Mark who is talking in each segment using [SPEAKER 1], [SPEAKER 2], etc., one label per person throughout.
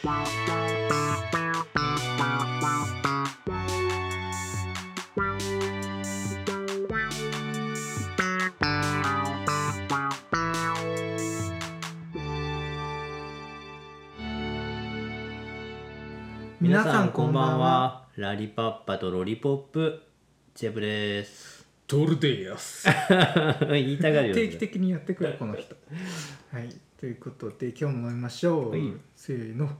[SPEAKER 1] 皆さんこんばんは。ラリパッパとロリポップチェブです。
[SPEAKER 2] トルデイアス
[SPEAKER 1] 言いたがるよね。
[SPEAKER 2] 定期的にやってくるこの人はい、ということで今日も飲みましょう、
[SPEAKER 1] はい、
[SPEAKER 2] せーの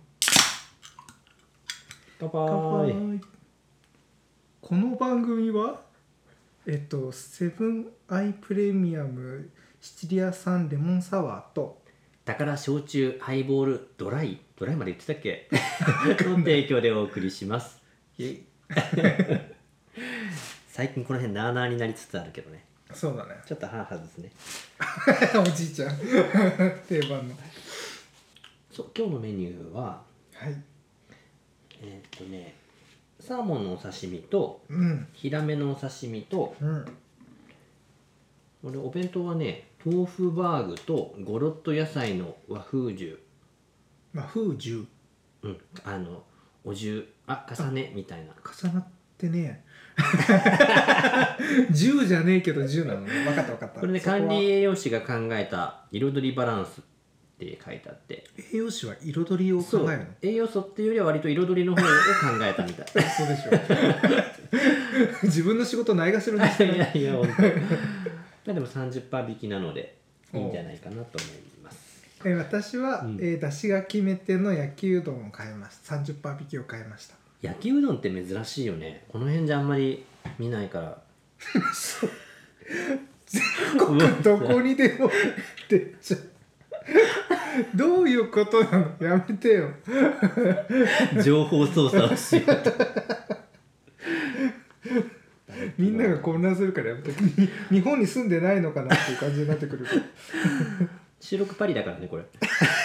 [SPEAKER 1] 乾杯。
[SPEAKER 2] この番組はセブンアイプレミアムシチリア産レモンサワーと
[SPEAKER 1] 宝焼酎ハイボールドライまで言ってたっけの提供でお送りします。
[SPEAKER 2] イエイ
[SPEAKER 1] 最近この辺なーなーになりつつあるけどね。
[SPEAKER 2] そうだね
[SPEAKER 1] ちょっとハーハーですね
[SPEAKER 2] おじいちゃん定番の。
[SPEAKER 1] そう、今日のメニューは
[SPEAKER 2] はい
[SPEAKER 1] サーモンのお刺身とヒラメのお刺身と、俺お弁当はね豆腐バーグとゴロッと野菜の和風重、
[SPEAKER 2] 和風重、
[SPEAKER 1] お重重ねみたいな。
[SPEAKER 2] 重なってね10じゃねえけど10なのね。分かった
[SPEAKER 1] これね管理栄養士が考えた彩りバランスって書いてあって、
[SPEAKER 2] 栄養士は彩りを考えるの。
[SPEAKER 1] 栄養素っていうよりは割と彩りの方を考えたみたい
[SPEAKER 2] そうでしょ自分の仕事ないがしろにしてる。
[SPEAKER 1] いやいや本当でも 30% 引きなのでいいんじゃないかなと思います。
[SPEAKER 2] 私は、出汁が決め手の焼きうどんを買いました。 30% 引きを買いました。
[SPEAKER 1] 焼きうどんって珍しいよね。この辺じゃあんまり見ないから
[SPEAKER 2] 全国どこにでもってちゃどういうことなの、やめてよ
[SPEAKER 1] 情報操作をしようと
[SPEAKER 2] みんなが混乱するからやめて日本に住んでないのかなっていう感じになってくる
[SPEAKER 1] 収録パリだからねこれ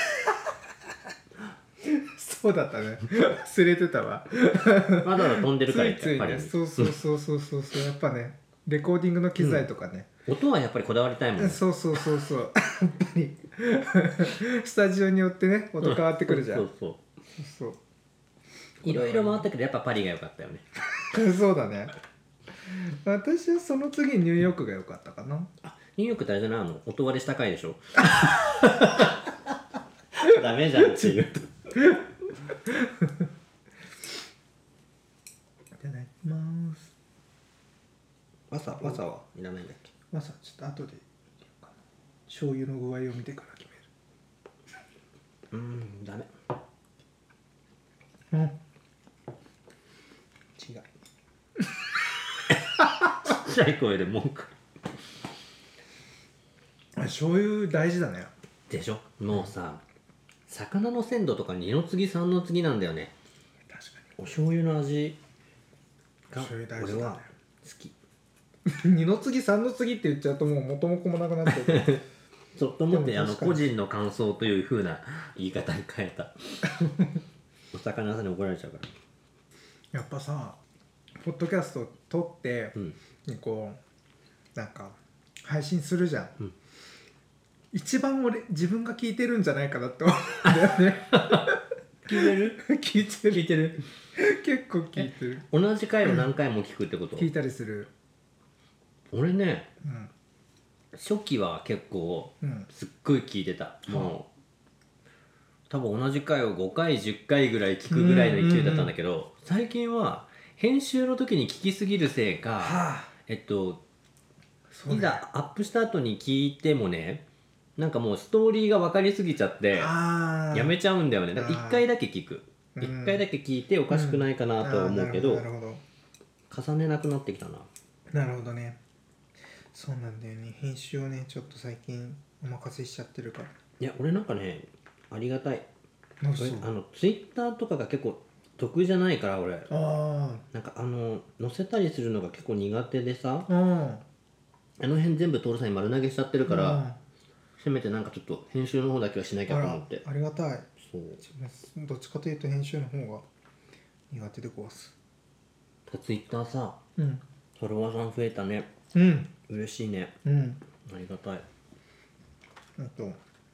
[SPEAKER 2] そうだったね、忘れてたわ
[SPEAKER 1] まだまだ飛んでるから
[SPEAKER 2] ついついね、そうやっぱねレコーディングの機材とかね、
[SPEAKER 1] 音はやっぱりこだわりたいもんね。
[SPEAKER 2] そうやっぱりスタジオによってね音変わってくるじゃん、そう
[SPEAKER 1] いろいろ回ったけどやっぱパリが良かったよね
[SPEAKER 2] そうだね。私はその次ニューヨークが良かったかな。
[SPEAKER 1] ニューヨークってあれじゃないの、音割れ高いでしょダメじゃんっていうい
[SPEAKER 2] ただきます。
[SPEAKER 1] わさはいらないんだっけ。
[SPEAKER 2] まさちょっと後で入れようかな。醤油の具合を見てから決める。
[SPEAKER 1] ダメ。
[SPEAKER 2] 違う
[SPEAKER 1] ちっちゃい声で文句
[SPEAKER 2] 醤油大事だね。
[SPEAKER 1] でしょ。もうさ、魚の鮮度とか二の次三の次なんだよね。
[SPEAKER 2] 確か
[SPEAKER 1] お醤油の味が
[SPEAKER 2] 醤油大事だね。
[SPEAKER 1] 俺は好き
[SPEAKER 2] に二の次三の次って言っちゃうともう元も子もなくなっちゃう
[SPEAKER 1] そうと思って
[SPEAKER 2] でも
[SPEAKER 1] 個人の感想という風な言い方に変えたお魚屋さんに怒られちゃうから。
[SPEAKER 2] やっぱさポッドキャスト撮って、こうなんか配信するじゃん、一番自分が聞いてるんじゃないかなって思うんだよね
[SPEAKER 1] 聞いてる
[SPEAKER 2] 聞いてる結構聞いてる。
[SPEAKER 1] 同じ回を何回も聞くってこと、
[SPEAKER 2] 聞いたりする。
[SPEAKER 1] 俺ね、初期は結構すっごい聞いてた、もう多分同じ回を5回10回ぐらい聞くぐらいの勢いだったんだけど、最近は編集の時に聞きすぎるせいか、いざアップした後に聞いてもね、なんかもうストーリーが分かりすぎちゃってやめちゃうんだよね。だから1回だけ聞く、1回だけ聞いておかしくないかなとは思うけど、重ねなくなってきたな。
[SPEAKER 2] なるほどね。そうなんだよね。編集をねちょっと最近お任せしちゃってるから。
[SPEAKER 1] いや俺なんかねありがたい。
[SPEAKER 2] ツイ
[SPEAKER 1] ッターとかが結構得意じゃないから俺、なんか載せたりするのが結構苦手でさ、あの辺全部徹さんに丸投げしちゃってるから、せめてなんかちょっと編集の方だけはしなきゃと思って。
[SPEAKER 2] ありがたい。
[SPEAKER 1] そう
[SPEAKER 2] どっちかというと編集の方が苦手でごわす。
[SPEAKER 1] ツイッターさ、フォロワーさん増えたね。嬉しいね。ありがたい。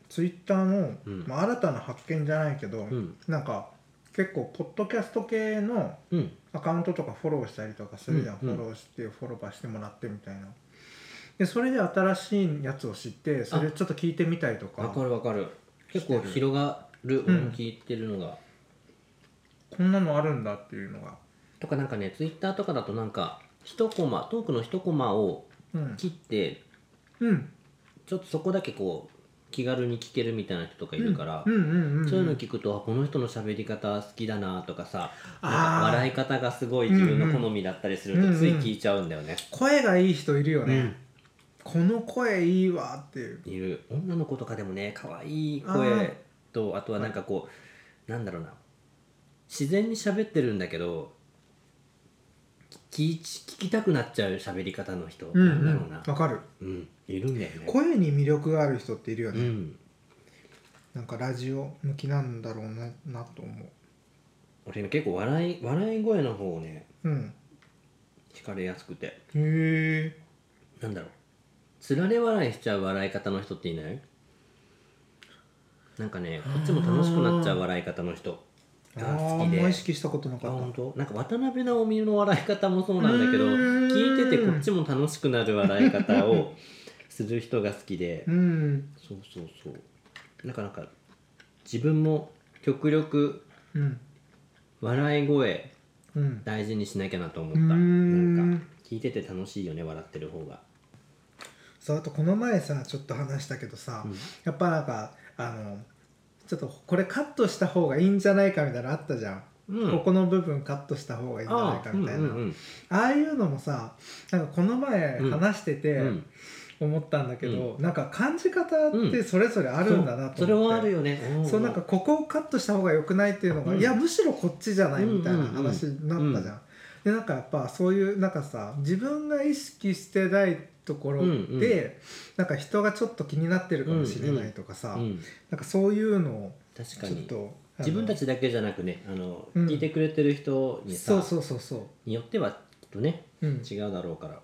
[SPEAKER 2] ツイッターの、
[SPEAKER 1] うん
[SPEAKER 2] 新たな発見じゃないけど、
[SPEAKER 1] うん
[SPEAKER 2] なんか結構ポッドキャスト系の
[SPEAKER 1] うん
[SPEAKER 2] アカウントとかフォローしたりとかするじゃん、
[SPEAKER 1] うんうん
[SPEAKER 2] フォローしてフォロバーしてもらってみたいな。でそれで新しいやつを知ってそれちょっと聞いてみたりとか。
[SPEAKER 1] わかるわかる。結構広がる、俺も聞いてるのが、
[SPEAKER 2] こんなのあるんだっていうのが。
[SPEAKER 1] とかなんかねツイッターとかだとなんかトークの一コマを
[SPEAKER 2] うん
[SPEAKER 1] 切って、
[SPEAKER 2] うん
[SPEAKER 1] ちょっとそこだけこう気軽に聞けるみたいな人とかいるから、
[SPEAKER 2] うんうんうんうん、
[SPEAKER 1] そういうの聞くとこの人の喋り方好きだなとかさ、
[SPEAKER 2] あー
[SPEAKER 1] なんか笑い方がすごい自分の好みだったりするとつい聞いちゃうんだよね。
[SPEAKER 2] 声がいい人いるよね、この声いいわっていう。
[SPEAKER 1] いる女の子とかでもね可愛い声と、あとはなんかこう、なんだろうな、自然に喋ってるんだけど聞きたくなっちゃう喋り方の人、なんだろうな、
[SPEAKER 2] わかる。
[SPEAKER 1] いるんだよね。
[SPEAKER 2] 声に魅力がある人っているよね、
[SPEAKER 1] うん
[SPEAKER 2] なんかラジオ向きなんだろうなと思う。
[SPEAKER 1] 俺ね結構笑い声の方をね
[SPEAKER 2] うん
[SPEAKER 1] 惹かれやすくて、
[SPEAKER 2] へえ。
[SPEAKER 1] なんだろう、つられ笑いしちゃう笑い方の人っていない？なんかねこっちも楽しくなっちゃう笑い方の人が好きで。
[SPEAKER 2] あんま意識したことなかった。
[SPEAKER 1] 本当なんか渡辺直美の笑い方もそうなんだけど、聞いててこっちも楽しくなる笑い方をする人が好きで、そうそうそう、なんか自分も極力笑い声大事にしなきゃなと思った。なんか聞いてて楽しいよね、笑ってる方が。
[SPEAKER 2] そう、あとこの前さちょっと話したけどさ、やっぱなんかちょっとこれカットした方がいいんじゃないかみたいなのあったじゃん、ここの部分カットした方がいいんじゃないかみたいな、ああいうのもさ、なんかこの前話してて思ったんだけど、なんか感じ方ってそれぞれあるんだなと思って、
[SPEAKER 1] それはあるよね。
[SPEAKER 2] そう、なんかここをカットした方が良くないっていうのが、いやむしろこっちじゃないみたいな話になったじゃん。でなんかやっぱそういうなんかさ、自分が意識してないところで、なんか人がちょっと気になってるかもしれないとかさ、なんかそういうのを
[SPEAKER 1] 確かに
[SPEAKER 2] ちょっと
[SPEAKER 1] 自分たちだけじゃなくね、聞いてくれてる人にさ、によってはきっとね、違うだろうから。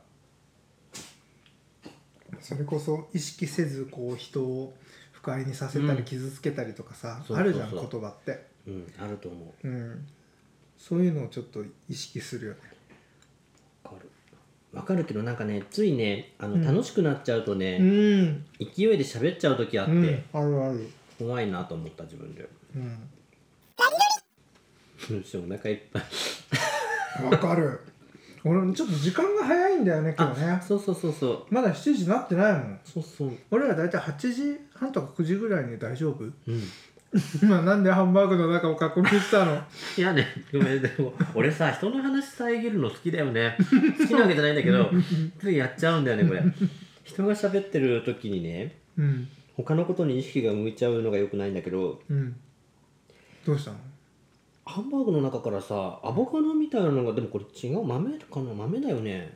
[SPEAKER 2] それこそ意識せずこう人を不快にさせたり傷つけたりとかさ、あるじゃん言葉って。
[SPEAKER 1] あると思う。
[SPEAKER 2] そういうのをちょっと意識するよね。
[SPEAKER 1] わかるけどなんかね、ついね楽しくなっちゃうとね、勢いで喋っちゃう時あって、
[SPEAKER 2] あるある、
[SPEAKER 1] 怖いなと思った自分で。お腹いっぱい。
[SPEAKER 2] わかる。俺ちょっと時間が早いんだよね今日ね。
[SPEAKER 1] そう。
[SPEAKER 2] まだ7時になってないもん。
[SPEAKER 1] そう。
[SPEAKER 2] 俺らだいたい8時半とか9時ぐらいに大丈夫？今なんでハンバーグの中を確認したの？
[SPEAKER 1] いやね、ごめん、でも俺さ、人の話遮るの好きだよね。好きなわけじゃないんだけどついやっちゃうんだよねこれ。人が喋ってる時にね、他のことに意識が向いちゃうのが良くないんだけど、
[SPEAKER 2] どうしたの？
[SPEAKER 1] ハンバーグの中からさ、アボカドみたいなのが、でもこれ違う、豆かな、豆だよね。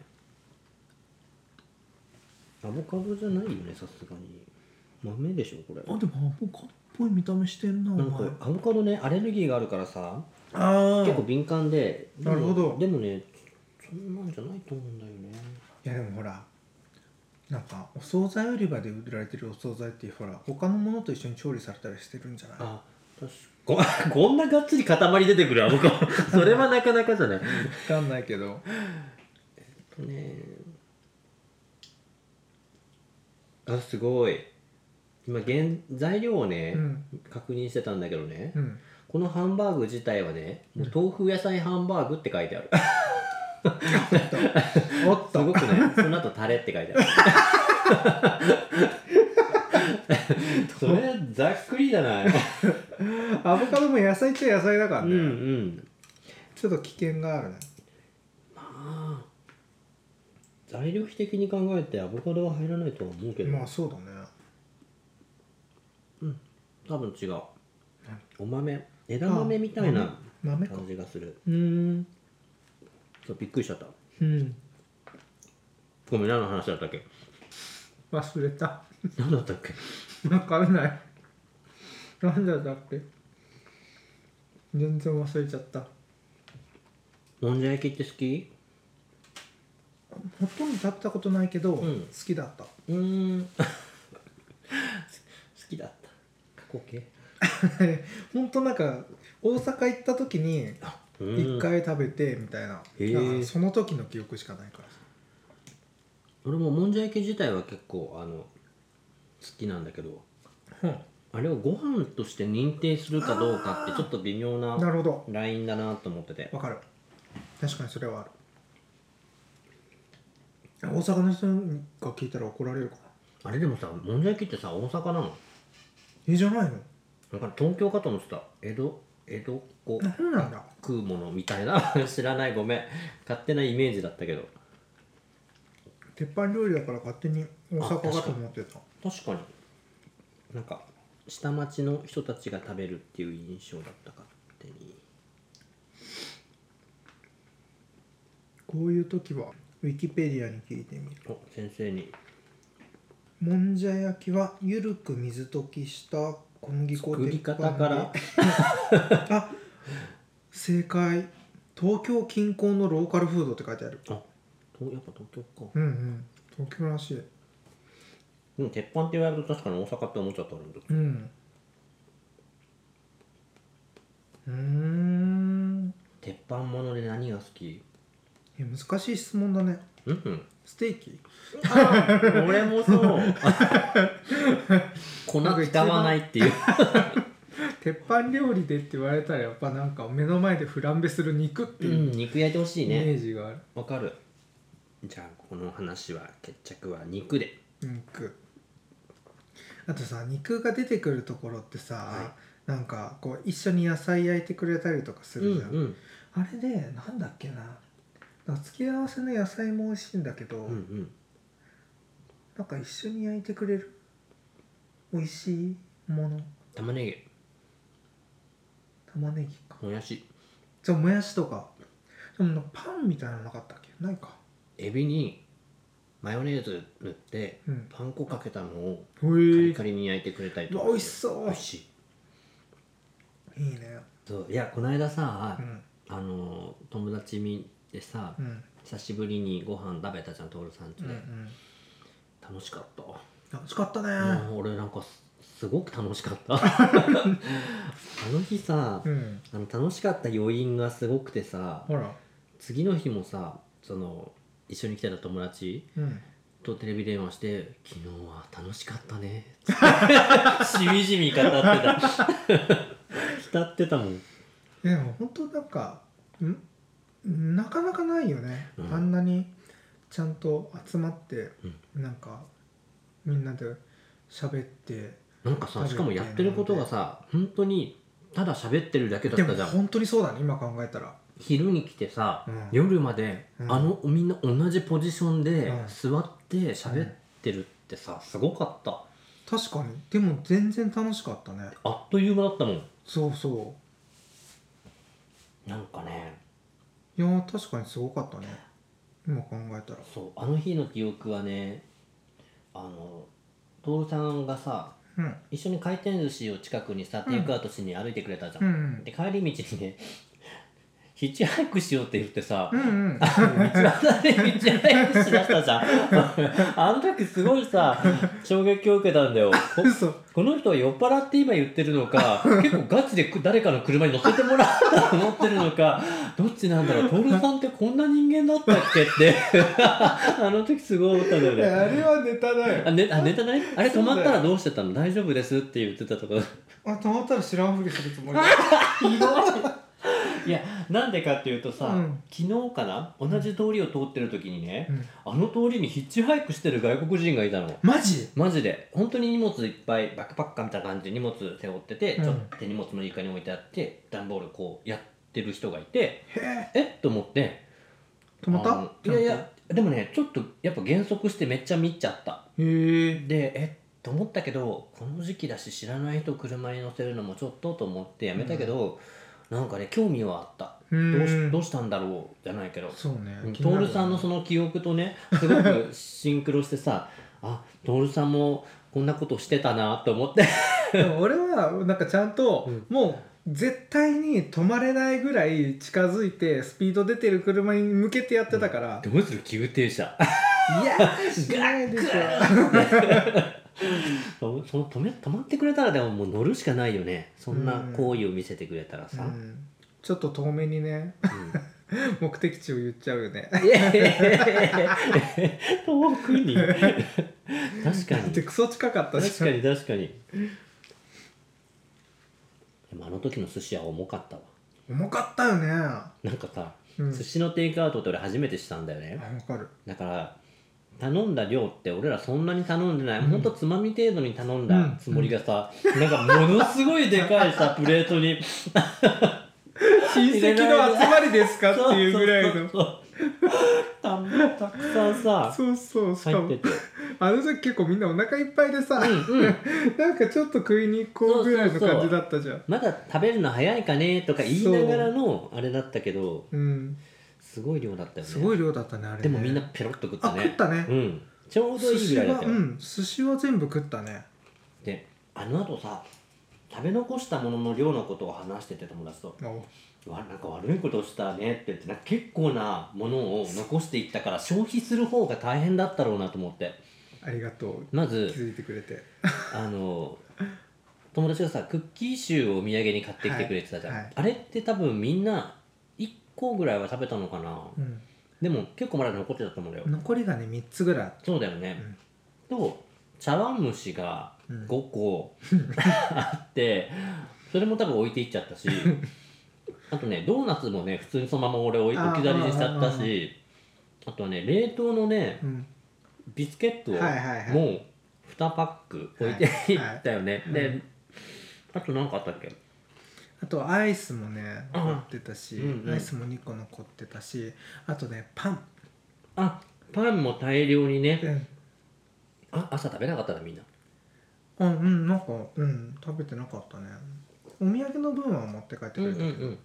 [SPEAKER 1] アボカドじゃないよね、さすがに。豆でしょこれ。
[SPEAKER 2] あ、でもアボカドっぽい見た目してんなお前。
[SPEAKER 1] なんかアボカドね、アレルギーがあるからさ、結構敏感で。
[SPEAKER 2] なるほど。
[SPEAKER 1] でもね、そんなんじゃないと思うんだよね。
[SPEAKER 2] いやでもほら、なんかお惣菜売り場で売られてるお惣菜ってほら他のものと一緒に調理されたりしてるんじゃない？
[SPEAKER 1] あ、確かこんながっつり塊出てくるアボカドそれはなかなかじゃない。
[SPEAKER 2] 分かんないけど
[SPEAKER 1] あ、すごい。今材料をね、確認してたんだけどね、このハンバーグ自体はね、もう豆腐野菜ハンバーグって書いてある。
[SPEAKER 2] おっと
[SPEAKER 1] すごくね、その後タレって書いてある。それざっくりだな。
[SPEAKER 2] アボカドも野菜っちゃ野菜だからね。ちょっと危険があるね。
[SPEAKER 1] 材料費的に考えてアボカドは入らないとは思うけど。
[SPEAKER 2] まあそうだね。
[SPEAKER 1] 多分違う。お豆、枝豆みたいな感じがする。そう、びっくりしちゃった。ごめん、何の話だったっけ？
[SPEAKER 2] 忘れた。
[SPEAKER 1] 何だったっけ？
[SPEAKER 2] 分かんない。何だったっけ？全然忘れちゃった。
[SPEAKER 1] もんじゃ焼きって好き？
[SPEAKER 2] ほとんど食べたことないけど、好きだった。
[SPEAKER 1] 好きだった。 こ系
[SPEAKER 2] ほんとなんか大阪行った時に一回食べてみたいな、その時の記憶しかないからさ。
[SPEAKER 1] 俺ももんじゃ焼き自体は結構好きなんだけど、あれをご飯として認定するかどうかってちょっと微妙なラインだなと思ってて。
[SPEAKER 2] わかる。確かにそれはある。大阪の人が聞いたら怒られるか
[SPEAKER 1] な。あれでもさ、もんじゃ焼きってさ、大阪なの？
[SPEAKER 2] じゃないの？
[SPEAKER 1] なんか東京かと思ってた。江戸っ子
[SPEAKER 2] なんだ
[SPEAKER 1] 食うものみたいな知らない、ごめん、勝手なイメージだったけど。
[SPEAKER 2] 鉄板料理だから勝手に大阪かと思ってた。
[SPEAKER 1] 確かになんか下町の人たちが食べるっていう印象だったかってに。
[SPEAKER 2] こういう時はウィキペディアに聞いてみる。
[SPEAKER 1] お、先生に。
[SPEAKER 2] もんじゃ焼きはゆるく水溶きした小麦粉
[SPEAKER 1] 作り方から
[SPEAKER 2] あ、正解。東京近郊のローカルフードって書いてある。
[SPEAKER 1] あ、やっぱ東京か。
[SPEAKER 2] 東京らしい。
[SPEAKER 1] でも鉄板って言われると確かに大阪って思っちゃったんだ。鉄板もので何が好き？
[SPEAKER 2] 難しい質問だね。ステーキ？
[SPEAKER 1] 俺もそう粉使わないっていう
[SPEAKER 2] 鉄板料理でって言われたらやっぱなんか目の前でフランベする肉っていう、
[SPEAKER 1] 肉焼いてほしいね。
[SPEAKER 2] イメージがある。
[SPEAKER 1] わかる。じゃあこの話は決着は肉で。
[SPEAKER 2] 肉。あとさ、肉が出てくるところってさ、なんかこう一緒に野菜焼いてくれたりとかするじゃん。あれでなんだっけな、付け合わせの野菜も美味しいんだけど、なんか一緒に焼いてくれる美味しいもの。
[SPEAKER 1] 玉ねぎか。もやし。
[SPEAKER 2] じゃあもやしとか。でもパンみたいなのなかったっけ？ないか。
[SPEAKER 1] エビにマヨネーズ塗って、パン粉かけたのをカリカリに焼いてくれたりとか。
[SPEAKER 2] 美味しそう。
[SPEAKER 1] 美味しい。
[SPEAKER 2] いいね。
[SPEAKER 1] そう、いやこの間さ、友達見てさ、久しぶりにご飯食べたじゃん、徹さん家で。楽しかった。
[SPEAKER 2] 楽しかったね。
[SPEAKER 1] 俺なんかすごく楽しかったあの日さ、楽しかった余韻がすごくてさ、次の日もさ、一緒に来てた友達とテレビ電話して「昨日は楽しかったね」しみじみ語ってた浸ってたもん。
[SPEAKER 2] でも本当なんかなかなかないよね、あんなにちゃんと集まって、なんかみんなで喋って、
[SPEAKER 1] なんかさ、しかもやってることがさ、本当にただ喋ってるだけだったじゃん。
[SPEAKER 2] でも本当にそうだね、今考えたら。
[SPEAKER 1] 昼に来てさ、夜まで、みんな同じポジションで座って喋ってるってさ、すごかった。
[SPEAKER 2] 確かに。でも全然楽しかったね。
[SPEAKER 1] あっという間だったもん。
[SPEAKER 2] そう
[SPEAKER 1] なんかね、
[SPEAKER 2] いや確かにすごかったね、今考えたら。
[SPEAKER 1] そう、あの日の記憶はね、徹さんがさ、一緒に回転寿司を近くにさ、テイクアウトしに歩いてくれたじゃん。で帰り道にね、ヒッチハイクしようって言ってさ、道端でヒッチハイクしだしたじゃんあの時すごいさ、衝撃を受けたんだよ。この人は酔っ払って今言ってるのか、結構ガチで誰かの車に乗せてもらったと思ってるのか、どっちなんだろう。徹さんってこんな人間だったっけってあの時すごい思ったんだよね。
[SPEAKER 2] あれはネタだよ。
[SPEAKER 1] ネタだね。あれ止まったらどうしてたの？大丈夫ですって言ってたところ。
[SPEAKER 2] 止まったら知らんふりするつもりだ
[SPEAKER 1] ひどいいや、なんでかっていうとさ、昨日かな、同じ通りを通ってる時にね、あの通りにヒッチハイクしてる外国人がいたの。
[SPEAKER 2] マジ
[SPEAKER 1] で本当に荷物いっぱいバックパッカーみたいな感じで荷物背負ってて、ちょっと手荷物の床に置いてあって段ボールこうやってる人がいて、と思って
[SPEAKER 2] 止まった？
[SPEAKER 1] いやでもね、ちょっとやっぱ減速してめっちゃ見ちゃった。でと思ったけど、この時期だし知らない人車に乗せるのもちょっとと思ってやめたけど、なんかね、興味はあった。どうしたんだろうじゃないけど、
[SPEAKER 2] そうね、
[SPEAKER 1] 徹さんのその記憶とねすごくシンクロしてさあ、徹さんもこんなことしてたなと思って
[SPEAKER 2] でも俺はなんかちゃんと、もう絶対に止まれないぐらい近づいてスピード出てる車に向けてやってたから、
[SPEAKER 1] どうする？急停車
[SPEAKER 2] いやしないでしょ
[SPEAKER 1] その止まってくれたらでももう乗るしかないよね。そんな行為を見せてくれたらさ、
[SPEAKER 2] ちょっと遠目にね、目的地を言っちゃうよね。
[SPEAKER 1] 遠くに確か
[SPEAKER 2] だって
[SPEAKER 1] に
[SPEAKER 2] クソ近かったし。
[SPEAKER 1] 確かに確かに。でもあの時の寿司は重かったわ。
[SPEAKER 2] 重かったよね。
[SPEAKER 1] なんかさ、寿司のテイクアウトって俺初めてしたんだよね。
[SPEAKER 2] わかる。
[SPEAKER 1] だから頼んだ量って俺らそんなに頼んでない、ほんとつまみ程度に頼んだつもりがさ、なんかものすごいでかいさプレートに
[SPEAKER 2] 親戚の集まりですかっていうぐらいの。
[SPEAKER 1] たくさんさ
[SPEAKER 2] そうそうしかも
[SPEAKER 1] 入ってて、
[SPEAKER 2] あの時結構みんなお腹いっぱいでさ、なんかちょっと食いに行こうぐらいの感じだったじゃん。
[SPEAKER 1] まだ食べるの早いかねとか言いながらのあれだったけど、すごい量だったよね。
[SPEAKER 2] すごい量だったねあれね。
[SPEAKER 1] でもみんなペロッと食ったね。
[SPEAKER 2] 食ったね。
[SPEAKER 1] ちょうどいいぐらいだったよ。
[SPEAKER 2] 寿司は全部食ったね。
[SPEAKER 1] であの後さ、食べ残したものの量のことを話してて友達と、なんか悪いことをしたねって言って、なんか結構なものを残していったから消費する方が大変だったろうなと思って。
[SPEAKER 2] ありがとう。
[SPEAKER 1] まず
[SPEAKER 2] 気づいてくれて
[SPEAKER 1] 友達がさクッキーシューをお土産に買ってきてくれてたじゃん、あれって多分みんな1個ぐらいは食べたのかな、でも結構まだ残ってたと思うんだよ。
[SPEAKER 2] 残りがね3つぐらい。
[SPEAKER 1] そうだよね、と茶碗蒸しが5個、あってそれも多分置いていっちゃったしあとねドーナツもね普通にそのまま俺置き去りにしちゃったし、あとはね冷凍のね、ビスケットをもう2パック置いていったよね。であと何かあったっけ。
[SPEAKER 2] あとアイスもね残ってたし、アイスも2個残ってたし、あとねパン
[SPEAKER 1] も大量にね、朝食べなかったなみんな。
[SPEAKER 2] なんか食べてなかったね。お土産の分は持って帰ってくれたけど、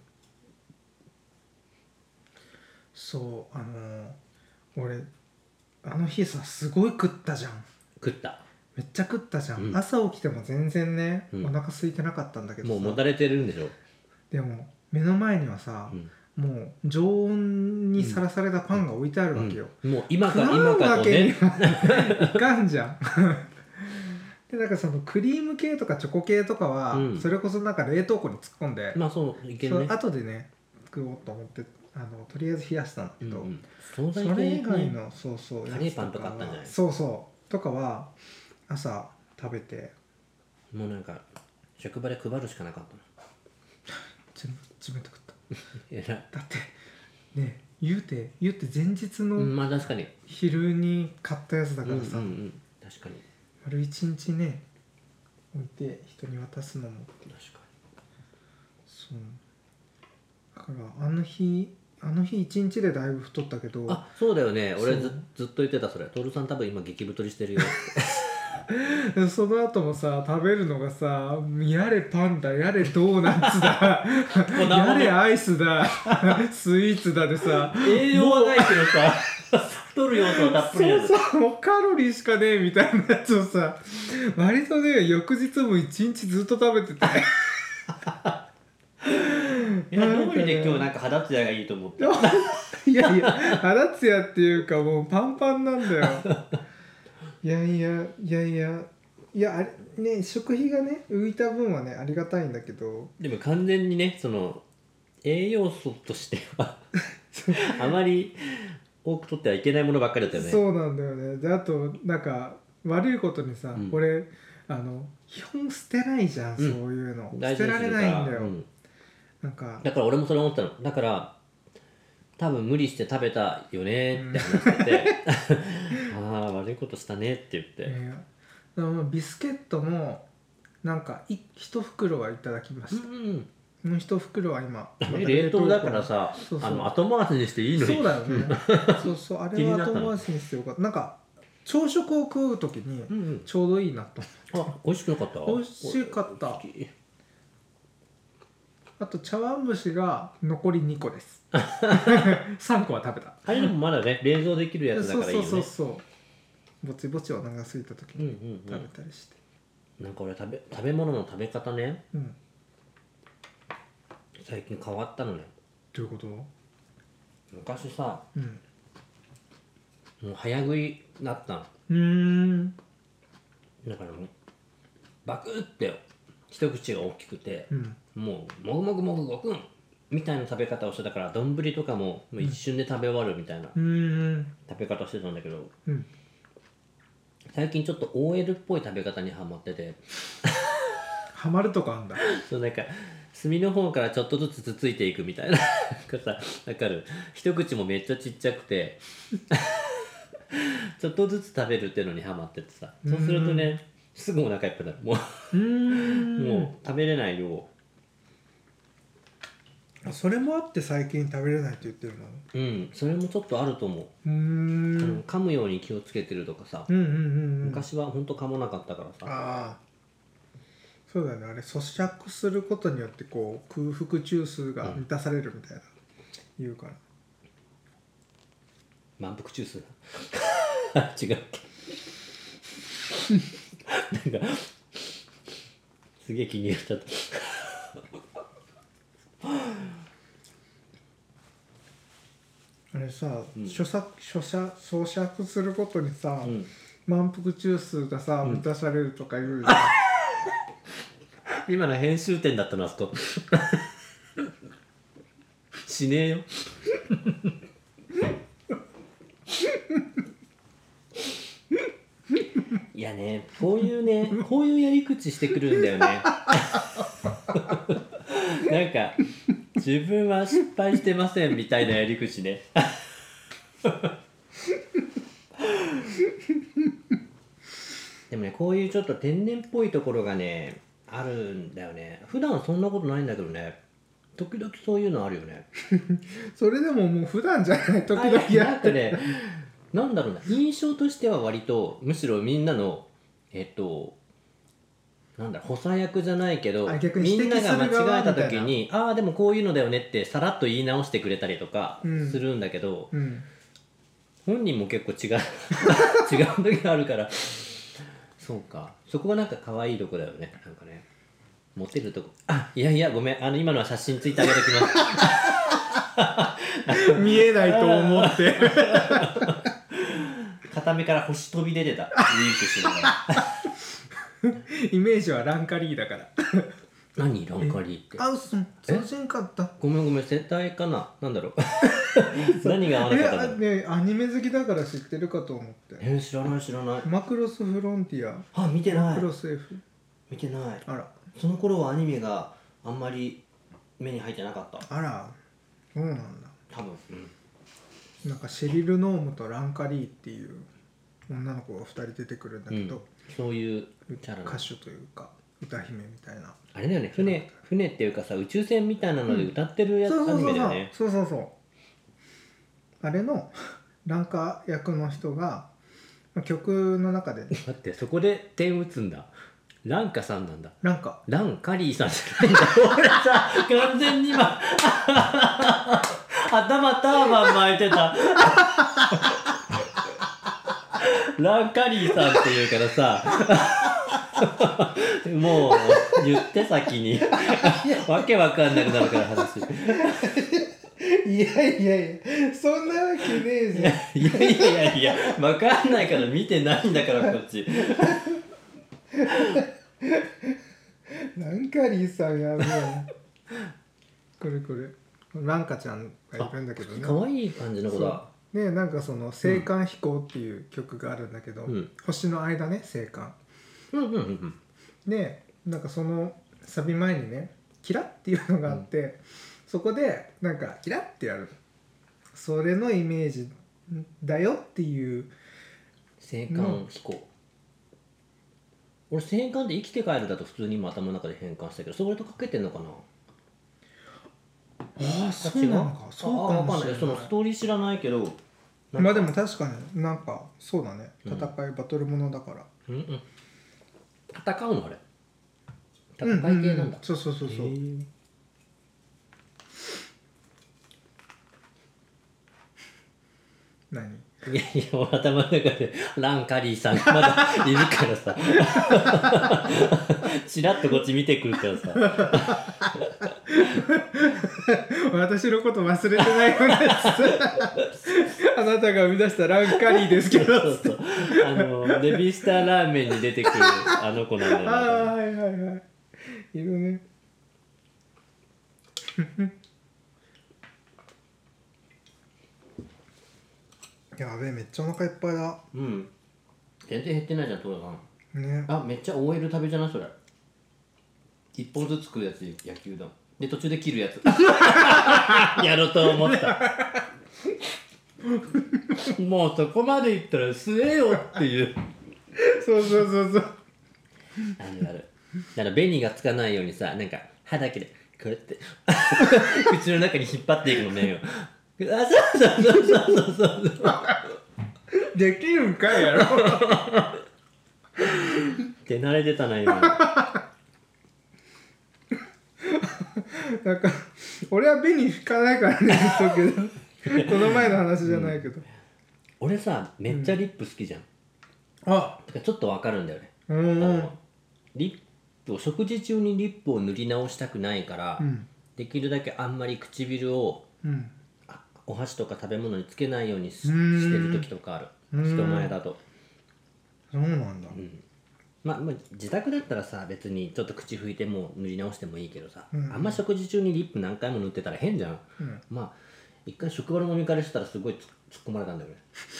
[SPEAKER 2] そう俺あの日さすごい食ったじゃん。
[SPEAKER 1] 食った、
[SPEAKER 2] めっちゃ食ったじゃん、朝起きても全然ね、お腹空いてなかったんだけどさ、
[SPEAKER 1] もうもたれてるんでしょ。
[SPEAKER 2] でも目の前にはさ、もう常温にさらされたパンが置いてあるわけよ、
[SPEAKER 1] もう今か今かとね
[SPEAKER 2] いかんじゃんでなんかそのクリーム系とかチョコ系とかは、それこそなんか冷凍庫に突っ込んで、
[SPEAKER 1] そういけるね。
[SPEAKER 2] 後でね食おうと思ってとりあえず冷やしたんだけど、
[SPEAKER 1] そ
[SPEAKER 2] れ以外の
[SPEAKER 1] カレーパンとかあったんじゃない。
[SPEAKER 2] とかは朝食べて、
[SPEAKER 1] もうなんか職場で配るしかなかったな。
[SPEAKER 2] 自分で食った
[SPEAKER 1] 偉い。
[SPEAKER 2] だってね言うて前日の
[SPEAKER 1] 確かに
[SPEAKER 2] 昼に買ったやつだからさ、
[SPEAKER 1] 確かに
[SPEAKER 2] 丸一日ね置いて人に渡すのも
[SPEAKER 1] 確かに。
[SPEAKER 2] そうだからあの日一日でだいぶ太ったけど、
[SPEAKER 1] そうだよね。俺ずっと言ってたそれ。徹さん多分今激太りしてるよ
[SPEAKER 2] その後もさ食べるのがさやれパンだやれドーナツだやれアイスだスイーツだでさ
[SPEAKER 1] 栄養はないけどさ太る要素はたっぷりなんです。
[SPEAKER 2] もうカロリーしかねえみたいなやつをさ割とね翌日も一日ずっと食べてて
[SPEAKER 1] どうりで今日なんか肌ツヤがいいと思って
[SPEAKER 2] いや肌ツヤっていうかもうパンパンなんだよいやあれね食費がね浮いた分はねありがたいんだけど、
[SPEAKER 1] でも完全にねその栄養素としてはあまり多く取ってはいけないものばっかりだったよね。
[SPEAKER 2] そうなんだよね。であとなんか悪いことにさ、俺基本捨てないじゃん、そういうの捨てられないんだよ、なんか
[SPEAKER 1] だから俺もそれ思ったの。だから多分無理して食べたよねって話してて、悪いことしたねって言って、
[SPEAKER 2] ビスケットもなんか一袋はいただきました、もう一袋は今
[SPEAKER 1] 冷凍だからさ、後回しにしていいのに。
[SPEAKER 2] そうだよねあれは後回しにしてよかった。なんか朝食を食う時にちょうどいいなと思って、
[SPEAKER 1] 美味しくなかった。
[SPEAKER 2] 美味しかった。あと茶碗蒸しが残り2個です3個は食べた。
[SPEAKER 1] あれでもまだね冷蔵できるやつだからいいよね。
[SPEAKER 2] そうぼちぼちお腹空いた時に食べたりして、
[SPEAKER 1] なんか俺食べ物の食べ方ね、最近変わったのね。
[SPEAKER 2] どういうこと？
[SPEAKER 1] 昔さ、もう早食いだったの。 だからバクって一口が大きくて、もうもぐもぐもぐごくんみたいな食べ方をしてたから、丼とかも一瞬で食べ終わるみたいな食べ方をしてたんだけど、最近ちょっと OL っぽい食べ方にハマってて
[SPEAKER 2] ハマるとかあんだ。
[SPEAKER 1] そうなんか隅の方からちょっとずつつついていくみたいななんかさ、わかる？一口もめっちゃちっちゃくてちょっとずつ食べるっていうのにハマっててさ、そうするとねすぐお腹いっぱいになる。もう食べれない量。
[SPEAKER 2] それもあって最近食べれないって言ってるの？
[SPEAKER 1] それもちょっとあると思う。噛むように気をつけてるとかさ、昔はほんと噛まなかったからさ。
[SPEAKER 2] ああ、そうだね。あれ咀嚼することによってこう空腹中枢が満たされるみたいな、言うから。
[SPEAKER 1] 満腹中枢違うっけなんかすげえ気に入っちゃった
[SPEAKER 2] あれさ、咀嚼することにさ、満腹中枢がさ、満たされるとか言うじゃん
[SPEAKER 1] 今の編集点だったのあそこしねえよいやね、こういうやり口してくるんだよねなんか自分は失敗してませんみたいなやり口ねでもね、こういうちょっと天然っぽいところがねあるんだよね。普段はそんなことないんだけどね、時々そういうのあるよね
[SPEAKER 2] それでももう普段じゃない時々やって
[SPEAKER 1] ね、なんだろうな、印象としては割とむしろみんなのなんだろう、補佐役じゃないけど、みんなが間違えた時にああでもこういうのだよねってさらっと言い直してくれたりとかするんだけど、本人も結構違う違う時があるから、そうか、そこがなんか可愛いとこだよね。なんかね、モテるとこ。いやいやごめん、今のは写真ツイッター上げときます
[SPEAKER 2] 見えないと思って
[SPEAKER 1] 片目から星飛び出てた、ウィークしながら
[SPEAKER 2] イメージはランカリーだから
[SPEAKER 1] 何ランカリーって。
[SPEAKER 2] 通じんかった。
[SPEAKER 1] ごめん世帯かな、なんだろう何が合わなかったの。
[SPEAKER 2] ね、アニメ好きだから知ってるかと思って。
[SPEAKER 1] 知らない
[SPEAKER 2] マクロスフロンティア。
[SPEAKER 1] 見てない。
[SPEAKER 2] マクロス F
[SPEAKER 1] 見てない。
[SPEAKER 2] あら、
[SPEAKER 1] その頃はアニメがあんまり目に入ってなかった。
[SPEAKER 2] あら、そうなんだ。
[SPEAKER 1] 多分、
[SPEAKER 2] なんかシェリル・ノームとランカリーっていう女の子が2人出てくるんだけど、
[SPEAKER 1] そういうキャラ
[SPEAKER 2] 歌手というか歌姫みたいな。
[SPEAKER 1] あれだよね、船っていうかさ、宇宙船みたいなので歌ってるやつ、アニメだよね。
[SPEAKER 2] そうあれのランカ役の人が曲の中で、
[SPEAKER 1] 待って、そこで点打つんだ。ランカさんなんだ。
[SPEAKER 2] ランカ
[SPEAKER 1] リーさんじゃないんだ俺さ、完全に今頭ターバン巻いてたランカリーさんって言うからさもう言って先にわけわかんなくなるから話
[SPEAKER 2] いやそんなわけねえじゃん
[SPEAKER 1] いやわかんないから見てないんだからこっち
[SPEAKER 2] ランカリーさんやべえこれランカちゃんがいるんだけどね、
[SPEAKER 1] かわいい感じの子だ
[SPEAKER 2] ね。なんかその青函飛行っていう曲があるんだけど、星の間ね、青函で、なんかそのサビ前にねキラっていうのがあって、そこでなんかキラってやる、それのイメージだよっていう。
[SPEAKER 1] 青函飛行、俺青函で生きて帰るだと普通に今頭の中で変換したけど、それとかけてんのかな。
[SPEAKER 2] そうなのか。そうかもしれない。
[SPEAKER 1] そのストーリー知らないけど、
[SPEAKER 2] まあでも確かになんかそうだね、戦いバトルものだから、
[SPEAKER 1] 戦うのあれ、戦い系なんだ。
[SPEAKER 2] そう何。
[SPEAKER 1] いや頭の中でランカリーさんがまだいるからさチラッとこっち見てくるからさ
[SPEAKER 2] 私のこと忘れてないようですあなたが生み出したランカリーですけど
[SPEAKER 1] そうそうベビースターラーメンに出てくるあの子なんだよな
[SPEAKER 2] はいはいはいいるねやべえめっちゃお腹いっぱいだ
[SPEAKER 1] うん全然減ってないじゃんトラさん
[SPEAKER 2] ね
[SPEAKER 1] あめっちゃ OL 食べじゃないそれ一本ずつ食うやつ焼きうどんで途中で切るやつやろうと思ったもうそこまでいったら吸えよっていう
[SPEAKER 2] そうそうそうそう
[SPEAKER 1] あるあるだから紅がつかないようにさなんか歯だけでこうやって口の中に引っ張っていくのねよあそうそうそうそうそう
[SPEAKER 2] できるんかいやろ
[SPEAKER 1] 手慣れてたな今
[SPEAKER 2] なんか俺は紅引かないからね言っとくけどこの前の話じゃないけど、
[SPEAKER 1] 俺さめっちゃリップ好きじゃん、
[SPEAKER 2] あ
[SPEAKER 1] てかちょっとわかるんだよね
[SPEAKER 2] うん
[SPEAKER 1] リップを食事中にリップを塗り直したくないから、
[SPEAKER 2] うん
[SPEAKER 1] できるだけあんまり唇を
[SPEAKER 2] うん
[SPEAKER 1] お箸とか食べ物につけないようにして
[SPEAKER 2] ん
[SPEAKER 1] る時とかある人前だと
[SPEAKER 2] そうなんだ、
[SPEAKER 1] まあ自宅だったらさ別にちょっと口拭いてもう塗り直してもいいけどさ、
[SPEAKER 2] うん
[SPEAKER 1] あんま食事中にリップ何回も塗ってたら変じゃん、まあ一回職場の飲み会でしたらすごい突っ込まれたんだよね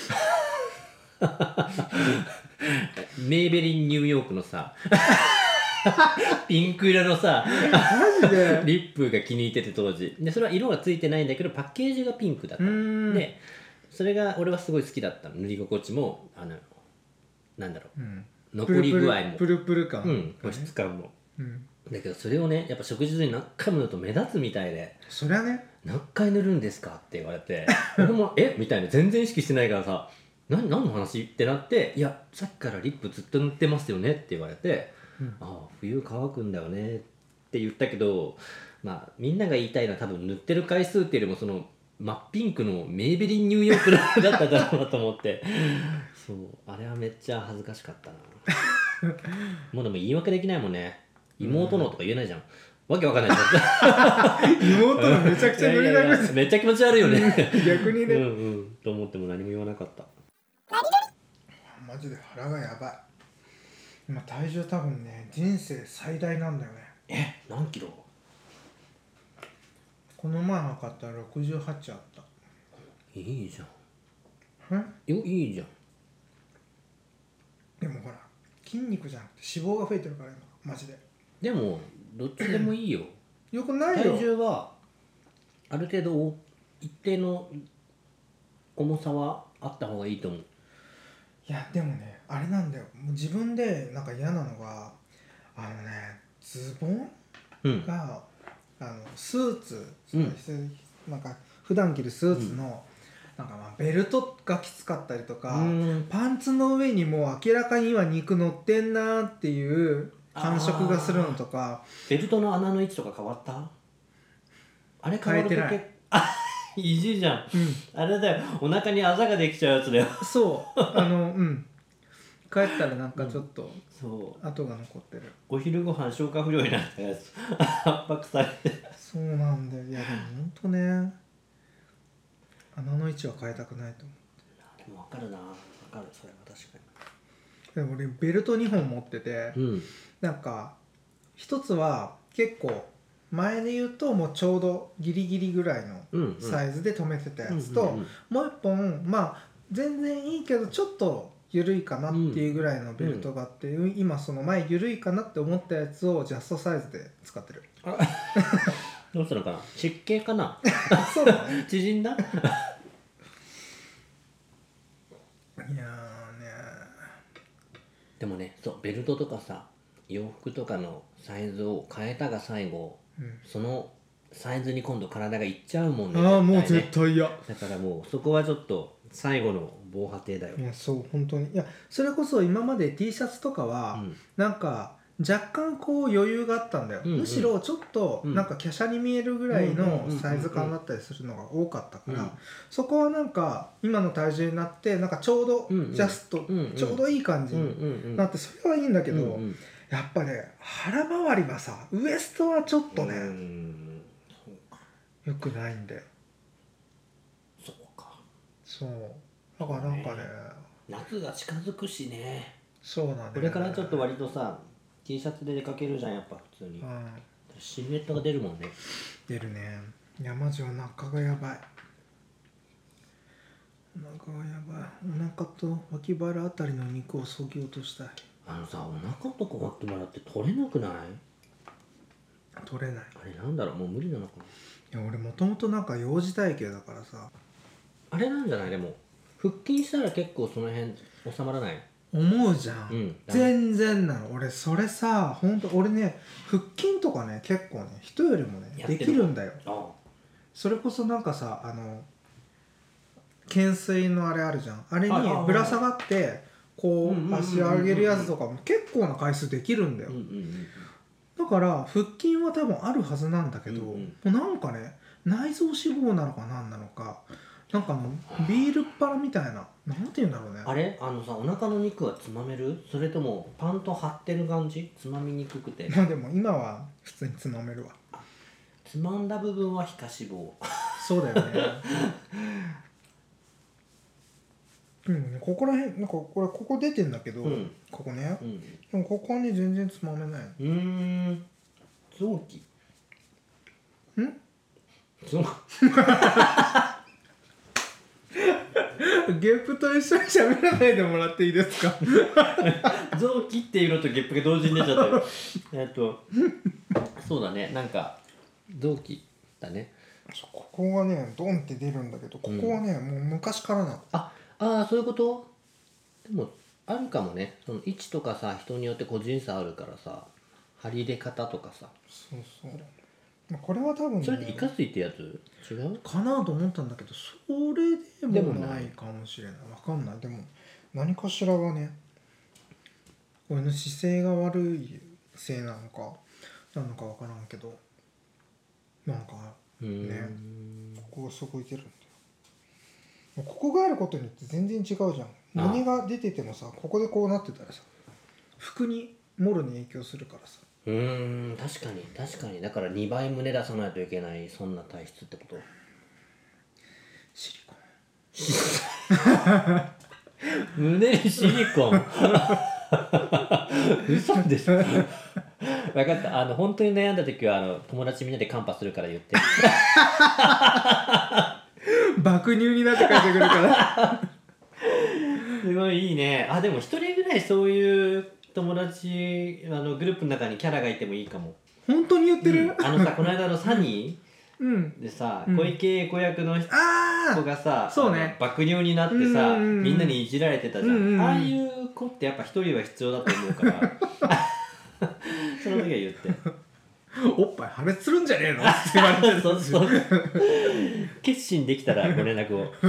[SPEAKER 1] メーベリンニューヨークのさピンク色のさ
[SPEAKER 2] マジで
[SPEAKER 1] リップが気に入ってて当時でそれは色がついてないんだけどパッケージがピンクだったのでそれが俺はすごい好きだったの塗り心地もなんだろう、残り具合も
[SPEAKER 2] プルプル感、
[SPEAKER 1] 保湿感も、
[SPEAKER 2] うん、
[SPEAKER 1] だけどそれをねやっぱ食事中に何回も塗ると目立つみたいで
[SPEAKER 2] そりゃね
[SPEAKER 1] 何回塗るんですかって言われて俺もみたいな全然意識してないからさ何の話ってなっていやさっきからリップずっと塗ってますよねって言われて、ああ冬乾くんだよねって言ったけどまあみんなが言いたいのは多分塗ってる回数っていうよりもその真っピンクのメーベリンニューヨークだっただろうなと思ってそうあれはめっちゃ恥ずかしかったなもうでも言い訳できないもんね妹のとか言えないじゃん、わけわかんないじゃん
[SPEAKER 2] 妹のめちゃくちゃ塗りだめ
[SPEAKER 1] めっちゃ気持ち悪いよね
[SPEAKER 2] 逆にね
[SPEAKER 1] と思っても何も言わなかった
[SPEAKER 2] マジで腹がやばい今体重多分ね人生最大なんだよね
[SPEAKER 1] 何キロ
[SPEAKER 2] この前測ったら68あった
[SPEAKER 1] いいじゃ
[SPEAKER 2] ん
[SPEAKER 1] いいじゃん
[SPEAKER 2] でもほら筋肉じゃなくて脂肪が増えてるから今マジで
[SPEAKER 1] でもどっちでもいいよ
[SPEAKER 2] よくないよ
[SPEAKER 1] 体重はある程度一定の重さはあった方がいいと思う
[SPEAKER 2] いやでもねあれなんだよもう自分でなんか嫌なのがズボンが、スーツ、なんか普段着るスーツの、なんかまあベルトがきつかったりとか、パンツの上にも明らかに今肉乗ってんなっていう感触がするのとか
[SPEAKER 1] ベルトの穴の位置とか変わったあれ変わると
[SPEAKER 2] 変えてない
[SPEAKER 1] 意地じゃん、あれだよお腹にあざができちゃうやつだよ
[SPEAKER 2] そう帰ったらなんかちょっと
[SPEAKER 1] そう
[SPEAKER 2] 跡が残ってる
[SPEAKER 1] お昼ご飯消化不良になったやつ圧迫されて
[SPEAKER 2] そうなんだよいやでもほんとね穴の位置は変えたくないと思う
[SPEAKER 1] でも分かるな分かるそれは確か
[SPEAKER 2] でも俺ベルト2本持ってて、なんか一つは結構前で言うともうちょうどギリギリぐらいのサイズで止めてたやつと、もう一本まあ全然いいけどちょっと緩いかなっていうぐらいのベルトがあって、今その前緩いかなって思ったやつをジャストサイズで使ってる
[SPEAKER 1] どうしたのかな湿気かな
[SPEAKER 2] そうだね
[SPEAKER 1] 縮んだ
[SPEAKER 2] いやーね
[SPEAKER 1] でもねそうベルトとかさ洋服とかのサイズを変えたが最後、そのサイズに今度体がいっちゃうもんね
[SPEAKER 2] ああもう絶対嫌
[SPEAKER 1] だからもうそこはちょっと最後の防波堤だよ
[SPEAKER 2] いやそう本当にいやそれこそ今まで T シャツとかは、なんか若干こう余裕があったんだよ、むしろちょっとなんか華奢に見えるぐらいのサイズ感だったりするのが多かったから、そこはなんか今の体重になってなんかちょうどジャスト、ちょうどいい感じになってそれはいいんだけど、やっぱね腹周りはさウエストはちょっとね、いよくないんだよ。
[SPEAKER 1] そうか。
[SPEAKER 2] そうだからなんかね、
[SPEAKER 1] 夏が近づくしね。
[SPEAKER 2] そうなんだよね。
[SPEAKER 1] これからちょっと割とさ T シャツで出かけるじゃんやっぱ普通に、シルエットが出るもんね。
[SPEAKER 2] 出るね。いやマジお腹がやばい。お腹がやばい。お腹と脇腹あたりの肉をそぎ落としたい。
[SPEAKER 1] お腹とか脇腹って取れなくない？
[SPEAKER 2] 取れない。
[SPEAKER 1] あれなんだろう、もう無理なのかな。
[SPEAKER 2] いや俺もともとなんか幼児体型だからさ。
[SPEAKER 1] あれなんじゃない？でも腹筋したら結構その辺収まらない？
[SPEAKER 2] 思うじゃん、全然なの。俺それさ、ほんと俺ね腹筋とかね結構ね人よりもねできるんだよ。それこそなんかさ懸垂のあれあるじゃん、あれにぶら下がってこう足上げるやつとかも結構な回数できるんだよ。だから腹筋は多分あるはずなんだけど、もうなんかね内臓脂肪なのか何なのか、なんかビールっ腹みたいな、なんていうんだろうね。
[SPEAKER 1] あれさお腹の肉はつまめる？それともパンと張ってる感じ？つまみにくくて。
[SPEAKER 2] まあでも今は普通につまめるわ。
[SPEAKER 1] つまんだ部分は皮下脂肪。
[SPEAKER 2] そうだよね。ここら辺なんかここ出てんだけど、ここね、でもここはね全然つまめない。
[SPEAKER 1] 臓器
[SPEAKER 2] ゲップと一緒に喋らないでもらっていいですか？
[SPEAKER 1] 臓器っていうのとゲップが同時に出ちゃったよ。そうだね、なんか臓器だね。
[SPEAKER 2] ここがねドンって出るんだけど、ここはね、もう昔からなの。
[SPEAKER 1] そういうこと。でもあるかもね、その位置とかさ人によって個人差あるからさ、張り入れ方とかさ。
[SPEAKER 2] そうそう、これは多分ね、
[SPEAKER 1] それってイカ水ってやつ違う
[SPEAKER 2] かなと思ったんだけど、それでもないかもしれない。わかんない。でも何かしらがね、俺の姿勢が悪いせいなのかなのかわからんけど、なんかねここがすごい出るんだよ。ここがあることによって全然違うじゃん。胸が出ててもさ、ここでこうなってたらさ、服にもろに影響するからさ。
[SPEAKER 1] 確かに。だから2倍胸出さないといけない、そんな体質ってこと？
[SPEAKER 2] シリコン
[SPEAKER 1] 胸にシリコン嘘でしょ。分かった、本当に悩んだ時は友達みんなでカンパするから言って
[SPEAKER 2] 爆乳になって帰ってくるから
[SPEAKER 1] すごいいいね。でも一人ぐらいそういう友達グループの中にキャラがいてもいいかも。
[SPEAKER 2] 本当に言ってる？
[SPEAKER 1] さこの間のサニーでさ、小池栄子役の人がさ、
[SPEAKER 2] そうね、
[SPEAKER 1] 爆乳になってさ、みんなにいじられてたじゃん。ああいう子ってやっぱ一人は必要だと思うからその時は言って
[SPEAKER 2] おっぱい破裂するんじゃねえのって言われてる
[SPEAKER 1] そう決心できたらご連絡を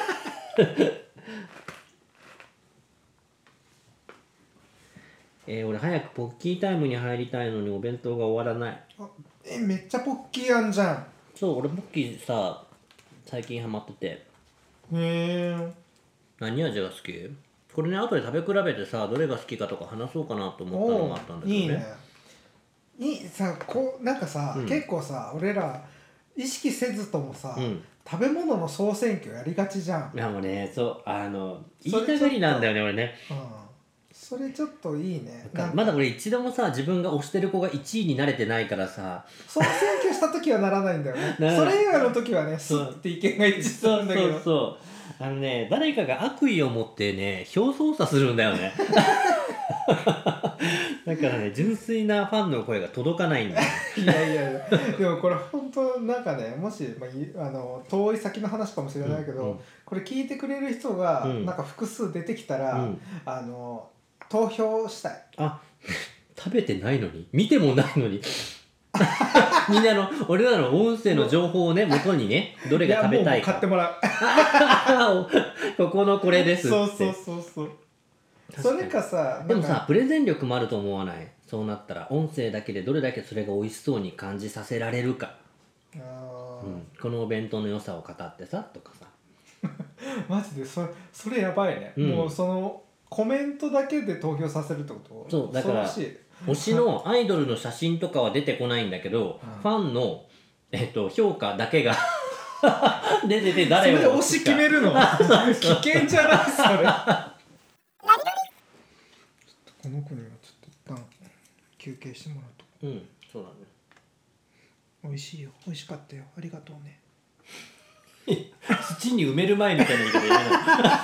[SPEAKER 1] 俺早くポッキータイムに入りたいのにお弁当が終わらない。
[SPEAKER 2] めっちゃポッキーあんじゃん。
[SPEAKER 1] そう、俺ポッキーさ最近ハマってて。
[SPEAKER 2] へえ。
[SPEAKER 1] 何味が好き？これね後で食べ比べてさ、どれが好きかとか話そうかなと思ったのがあったんだけどね。
[SPEAKER 2] いいね。さなんかさ、結構さ俺ら意識せずともさ、食べ物の総選挙やりがちじゃん。
[SPEAKER 1] いやもうね、そう言いたがりなんだよね俺ね。
[SPEAKER 2] それちょっといいね。
[SPEAKER 1] まだ俺一度もさ自分が推してる子が1位になれてないからさ、
[SPEAKER 2] 総選挙した時はならないんだよねそれ以外の時はねスッて意見が一致するんだけど、
[SPEAKER 1] そう誰かが悪意を持ってね票操作するんだよねだからね純粋なファンの声が届かないんだよ
[SPEAKER 2] いやでもこれ本当なんかね、もし、遠い先の話かもしれないけど、これ聞いてくれる人がなんか複数出てきたら、投票したい。
[SPEAKER 1] 食べてないのに見てもないのにみんな俺らの音声の情報をね元にね、どれが食べたいか
[SPEAKER 2] 買ってもらう
[SPEAKER 1] ここのこれですって。
[SPEAKER 2] そうそれかさ、
[SPEAKER 1] でもさプレゼン力もあると思わない？そうなったら音声だけでどれだけそれが美味しそうに感じさせられるか。このお弁当の良さを語ってさとかさ
[SPEAKER 2] マジでそれやばいね、もうそのコメントだけで投票させるってこと？
[SPEAKER 1] そうだから推しのアイドルの写真とかは出てこないんだけど、ファンの評価だけがで誰を
[SPEAKER 2] それで推し決めるの危険じゃないそれちょっとこの子にはちょっと一旦休憩してもらうと。
[SPEAKER 1] そうだね。
[SPEAKER 2] 美味しいよ、美味しかったよ、ありがとうね。
[SPEAKER 1] 土に埋める前みたいな言い方言えない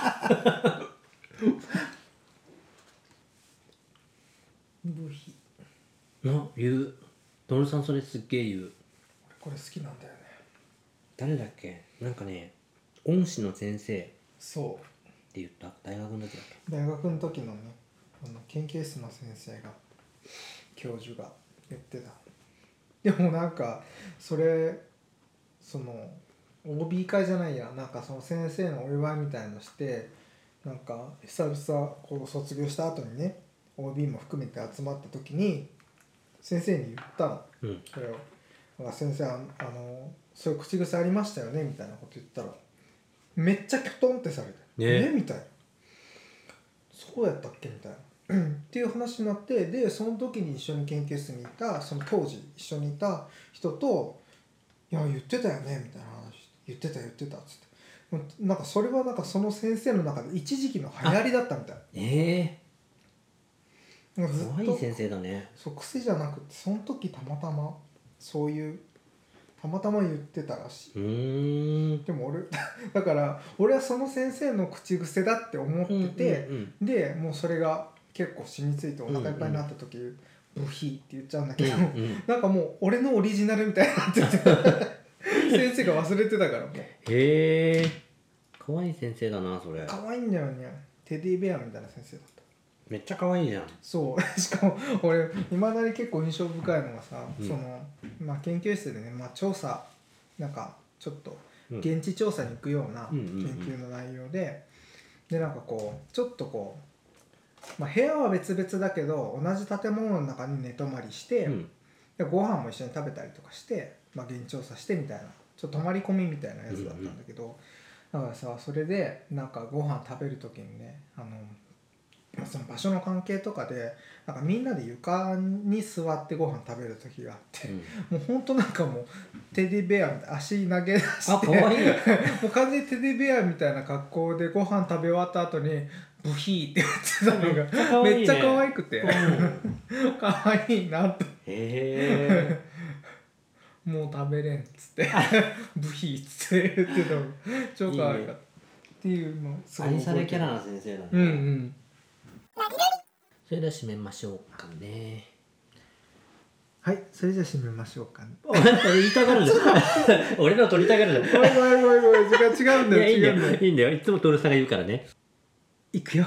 [SPEAKER 2] ブヒ
[SPEAKER 1] 言う。ドルさんそれすっげえ言う。
[SPEAKER 2] これ好きなんだよね。
[SPEAKER 1] 誰だっけ、なんかね、恩師の先生って
[SPEAKER 2] そう
[SPEAKER 1] 言った。大学の時だっけ。
[SPEAKER 2] 大学の時のね、研究室の先生が、教授が言ってた。でもなんかそれその OB 会じゃないや、なんかその先生のお祝いみたいのして、なんか久々こう卒業した後にね OB も含めて集まった時に先生に言ったの、それを。先生そういう口癖ありましたよねみたいなこと言ったらめっちゃキョトンってされてみたいな、そうやったっけみたいなっていう話になって、でその時に一緒に研究室にいたその当時一緒にいた人と「いや言ってたよね」みたいな話言ってたっつって、なんかそれはなんかその先生の中で一時期の流行りだったみたい。
[SPEAKER 1] 怖い先生だね。
[SPEAKER 2] そう癖じゃなくてその時たまたまそういうたまたま言ってたらしい。でもだから俺はその先生の口癖だって思ってて、でもうそれが結構染みついてお腹いっぱいになった時、ブヒって言っちゃうんだけど、なんかもう俺のオリジナルみたいになってて先生が忘れてたからもう。
[SPEAKER 1] 可愛い先生だなそれ。
[SPEAKER 2] 可愛いんだよね。テディベアみたいな先生だった。
[SPEAKER 1] めっちゃ可愛いじゃん。
[SPEAKER 2] そうしかも俺いまだに結構印象深いのがさ、その研究室でね、調査なんかちょっと現地調査に行くような研究の内容で、なんかこうちょっとこう、部屋は別々だけど同じ建物の中に寝泊まりして、でご飯も一緒に食べたりとかして、現地調査してみたいなちょっと泊まり込みみたいなやつだったんだけど、だからさそれでなんかご飯食べる時にねその場所の関係とかでなんかみんなで床に座ってご飯食べる時があって、もうほんとなんかもうテディベアみたいな足投げ出して
[SPEAKER 1] かわいい
[SPEAKER 2] もう完全にテディベアみたいな格好でご飯食べ終わった後にブヒーって言ってたのがめっちゃ可愛くて可愛いなってもう食べれんっつってブヒーっつって言ってたの超可愛かったっていうのすごい
[SPEAKER 1] 愛されキャラな先生だね。それでは締めましょうかね。
[SPEAKER 2] はい、それじゃあ締めましょうかね。
[SPEAKER 1] 言いたがるじゃん俺の取りたがるじゃん。
[SPEAKER 2] ごめん違うんだよ。
[SPEAKER 1] いいんだよいつもトルさんが言うからね。
[SPEAKER 2] いくよ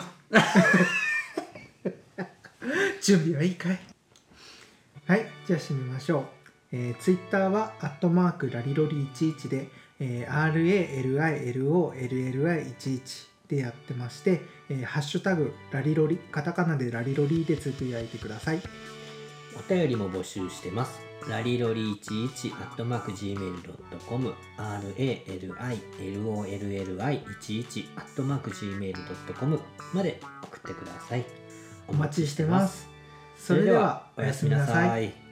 [SPEAKER 2] 準備はいいかい。はい、じゃあ締めましょう。ツイッターは@ラリロリ11で、RALILOLLI11でやってまして、ハッシュタグラリロリカタカナでラリロリでつぶやいてください。
[SPEAKER 1] お便りも募集してます。ラリロリ11 @gmail.com RALILOLLI11 @gmail.com まで送ってください。
[SPEAKER 2] お待ちしてます。それではおやすみなさい。